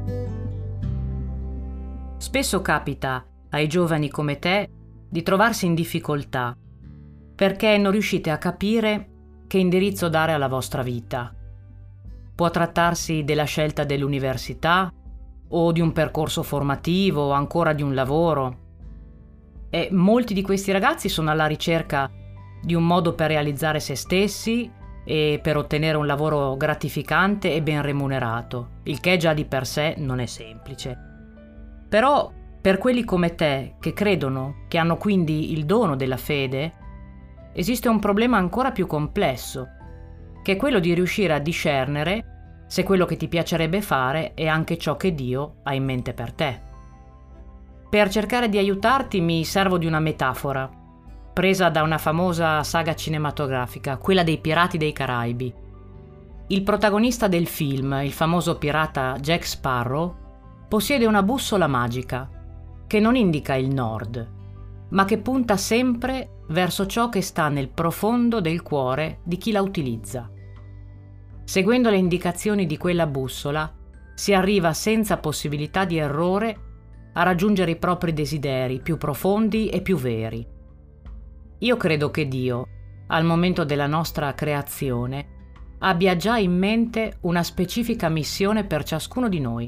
Spesso capita ai giovani come te di trovarsi in difficoltà perché non riuscite a capire che indirizzo dare alla vostra vita. Può trattarsi della scelta dell'università o di un percorso formativo o ancora di un lavoro. E molti di questi ragazzi sono alla ricerca di un modo per realizzare se stessi e per ottenere un lavoro gratificante e ben remunerato, il che già di per sé non è semplice. Però per quelli come te che credono, che hanno quindi il dono della fede, esiste un problema ancora più complesso, che è quello di riuscire a discernere se quello che ti piacerebbe fare è anche ciò che Dio ha in mente per te. Per cercare di aiutarti mi servo di una metafora, presa da una famosa saga cinematografica, quella dei Pirati dei Caraibi. Il protagonista del film, il famoso pirata Jack Sparrow, possiede una bussola magica che non indica il nord, ma che punta sempre verso ciò che sta nel profondo del cuore di chi la utilizza. Seguendo le indicazioni di quella bussola, si arriva senza possibilità di errore a raggiungere i propri desideri più profondi e più veri. Io credo che Dio, al momento della nostra creazione, abbia già in mente una specifica missione per ciascuno di noi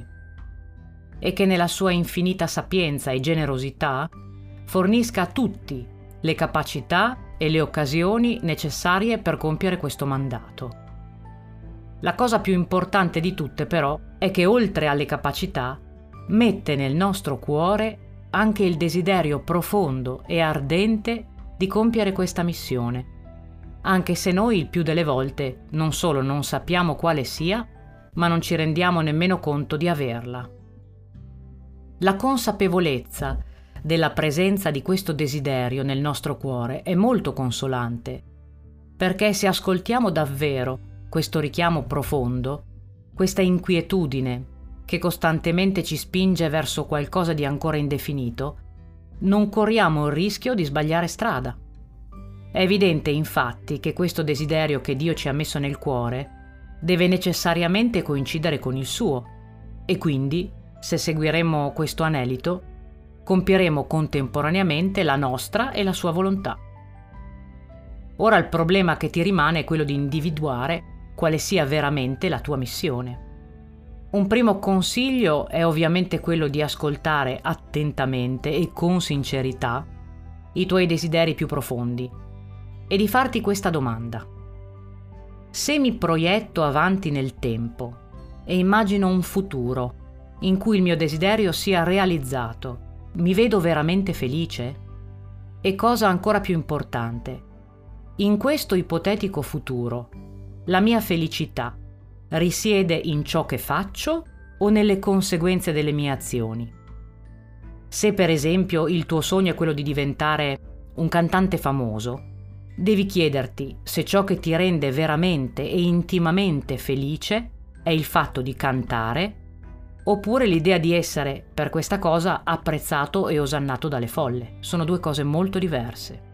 e che nella sua infinita sapienza e generosità fornisca a tutti le capacità e le occasioni necessarie per compiere questo mandato. La cosa più importante di tutte, però, è che oltre alle capacità, mette nel nostro cuore anche il desiderio profondo e ardente di compiere questa missione, anche se noi il più delle volte non solo non sappiamo quale sia, ma non ci rendiamo nemmeno conto di averla. La consapevolezza della presenza di questo desiderio nel nostro cuore è molto consolante, perché se ascoltiamo davvero questo richiamo profondo, questa inquietudine che costantemente ci spinge verso qualcosa di ancora indefinito, non corriamo il rischio di sbagliare strada. È evidente infatti che questo desiderio che Dio ci ha messo nel cuore deve necessariamente coincidere con il suo e quindi, se seguiremo questo anelito, compieremo contemporaneamente la nostra e la sua volontà. Ora il problema che ti rimane è quello di individuare quale sia veramente la tua missione. Un primo consiglio è ovviamente quello di ascoltare attentamente e con sincerità i tuoi desideri più profondi e di farti questa domanda. Se mi proietto avanti nel tempo e immagino un futuro in cui il mio desiderio sia realizzato, mi vedo veramente felice? E cosa ancora più importante, in questo ipotetico futuro, la mia felicità risiede in ciò che faccio o nelle conseguenze delle mie azioni? Se per esempio il tuo sogno è quello di diventare un cantante famoso, devi chiederti se ciò che ti rende veramente e intimamente felice è il fatto di cantare oppure l'idea di essere per questa cosa apprezzato e osannato dalle folle. Sono due cose molto diverse.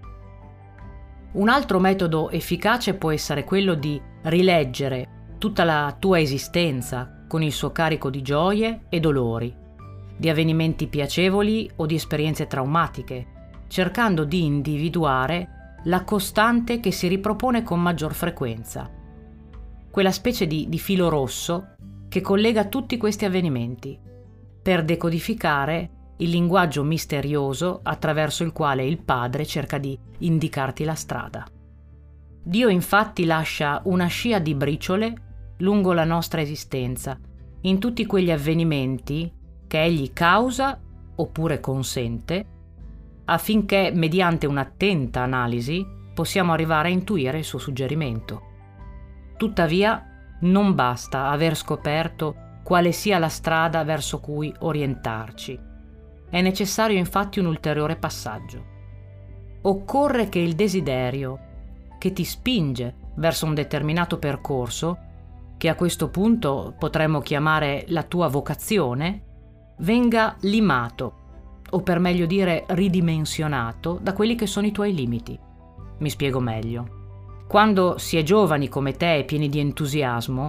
Un altro metodo efficace può essere quello di rileggere tutta la tua esistenza con il suo carico di gioie e dolori, di avvenimenti piacevoli o di esperienze traumatiche, cercando di individuare la costante che si ripropone con maggior frequenza, quella specie di filo rosso che collega tutti questi avvenimenti, per decodificare il linguaggio misterioso attraverso il quale il Padre cerca di indicarti la strada. Dio infatti lascia una scia di briciole lungo la nostra esistenza, in tutti quegli avvenimenti che Egli causa oppure consente, affinché mediante un'attenta analisi possiamo arrivare a intuire il suo suggerimento. Tuttavia, non basta aver scoperto quale sia la strada verso cui orientarci. È necessario infatti un ulteriore passaggio. Occorre che il desiderio che ti spinge verso un determinato percorso, che a questo punto potremmo chiamare la tua vocazione, venga limato, o per meglio dire ridimensionato, da quelli che sono i tuoi limiti. Mi spiego meglio. Quando si è giovani come te e pieni di entusiasmo,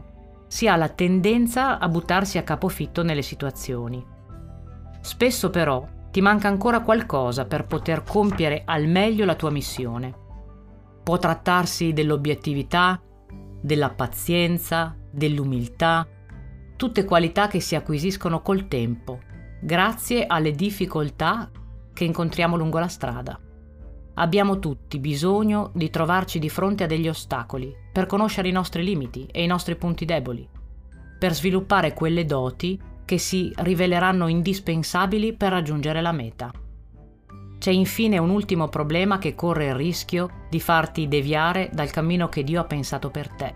si ha la tendenza a buttarsi a capofitto nelle situazioni. Spesso però ti manca ancora qualcosa per poter compiere al meglio la tua missione. Può trattarsi dell'obiettività, della pazienza, dell'umiltà, tutte qualità che si acquisiscono col tempo, grazie alle difficoltà che incontriamo lungo la strada. Abbiamo tutti bisogno di trovarci di fronte a degli ostacoli per conoscere i nostri limiti e i nostri punti deboli, per sviluppare quelle doti che si riveleranno indispensabili per raggiungere la meta. C'è infine un ultimo problema che corre il rischio di farti deviare dal cammino che Dio ha pensato per te.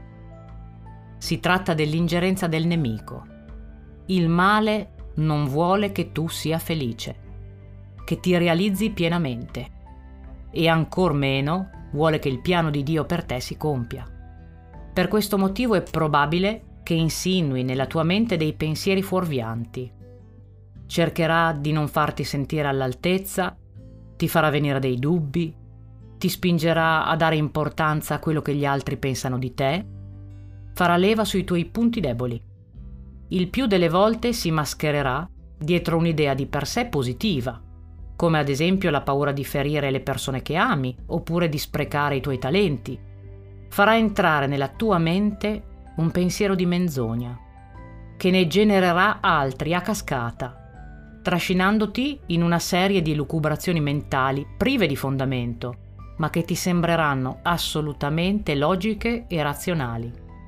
Si tratta dell'ingerenza del nemico. Il male non vuole che tu sia felice, che ti realizzi pienamente, e ancor meno vuole che il piano di Dio per te si compia. Per questo motivo è probabile che insinui nella tua mente dei pensieri fuorvianti. Cercherà di non farti sentire all'altezza, ti farà venire dei dubbi, ti spingerà a dare importanza a quello che gli altri pensano di te, farà leva sui tuoi punti deboli. Il più delle volte si maschererà dietro un'idea di per sé positiva, come ad esempio la paura di ferire le persone che ami oppure di sprecare i tuoi talenti. Farà entrare nella tua mente un pensiero di menzogna, che ne genererà altri a cascata, trascinandoti in una serie di elucubrazioni mentali prive di fondamento, ma che ti sembreranno assolutamente logiche e razionali.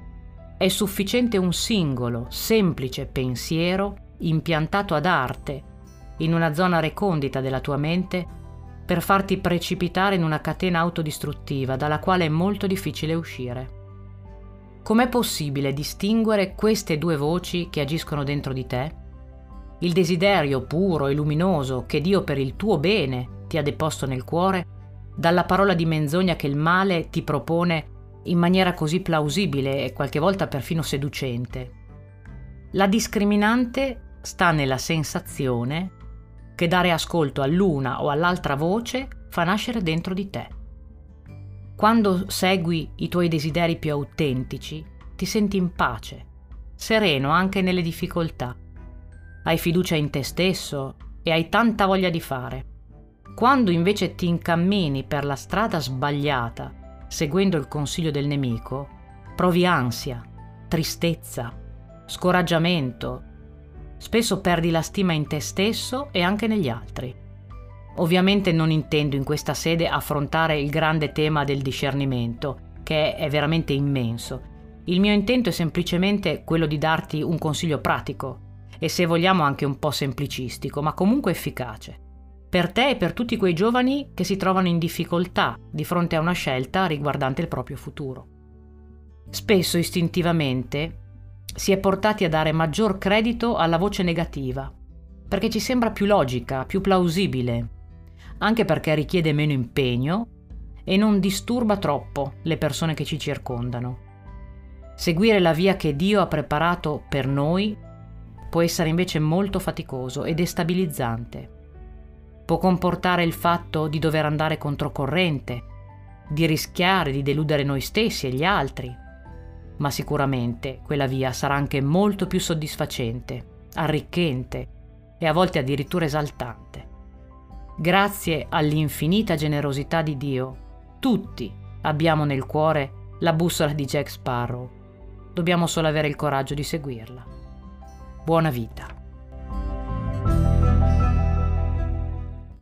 È sufficiente un singolo, semplice pensiero impiantato ad arte in una zona recondita della tua mente per farti precipitare in una catena autodistruttiva dalla quale è molto difficile uscire. Com'è possibile distinguere queste due voci che agiscono dentro di te? Il desiderio puro e luminoso che Dio per il tuo bene ti ha deposto nel cuore, dalla parola di menzogna che il male ti propone in maniera così plausibile e qualche volta perfino seducente. La discriminante sta nella sensazione che dare ascolto all'una o all'altra voce fa nascere dentro di te. Quando segui i tuoi desideri più autentici, ti senti in pace, sereno anche nelle difficoltà. Hai fiducia in te stesso e hai tanta voglia di fare. Quando invece ti incammini per la strada sbagliata, seguendo il consiglio del nemico, provi ansia, tristezza, scoraggiamento. Spesso perdi la stima in te stesso e anche negli altri. Ovviamente non intendo in questa sede affrontare il grande tema del discernimento, che è veramente immenso. Il mio intento è semplicemente quello di darti un consiglio pratico e, se vogliamo, anche un po' semplicistico, ma comunque efficace, per te e per tutti quei giovani che si trovano in difficoltà di fronte a una scelta riguardante il proprio futuro. Spesso istintivamente si è portati a dare maggior credito alla voce negativa, perché ci sembra più logica, più plausibile, anche perché richiede meno impegno e non disturba troppo le persone che ci circondano. Seguire la via che Dio ha preparato per noi può essere invece molto faticoso e destabilizzante. Può comportare il fatto di dover andare controcorrente, di rischiare di deludere noi stessi e gli altri, ma sicuramente quella via sarà anche molto più soddisfacente, arricchente e a volte addirittura esaltante. Grazie all'infinita generosità di Dio, tutti abbiamo nel cuore la bussola di Jack Sparrow. Dobbiamo solo avere il coraggio di seguirla. Buona vita.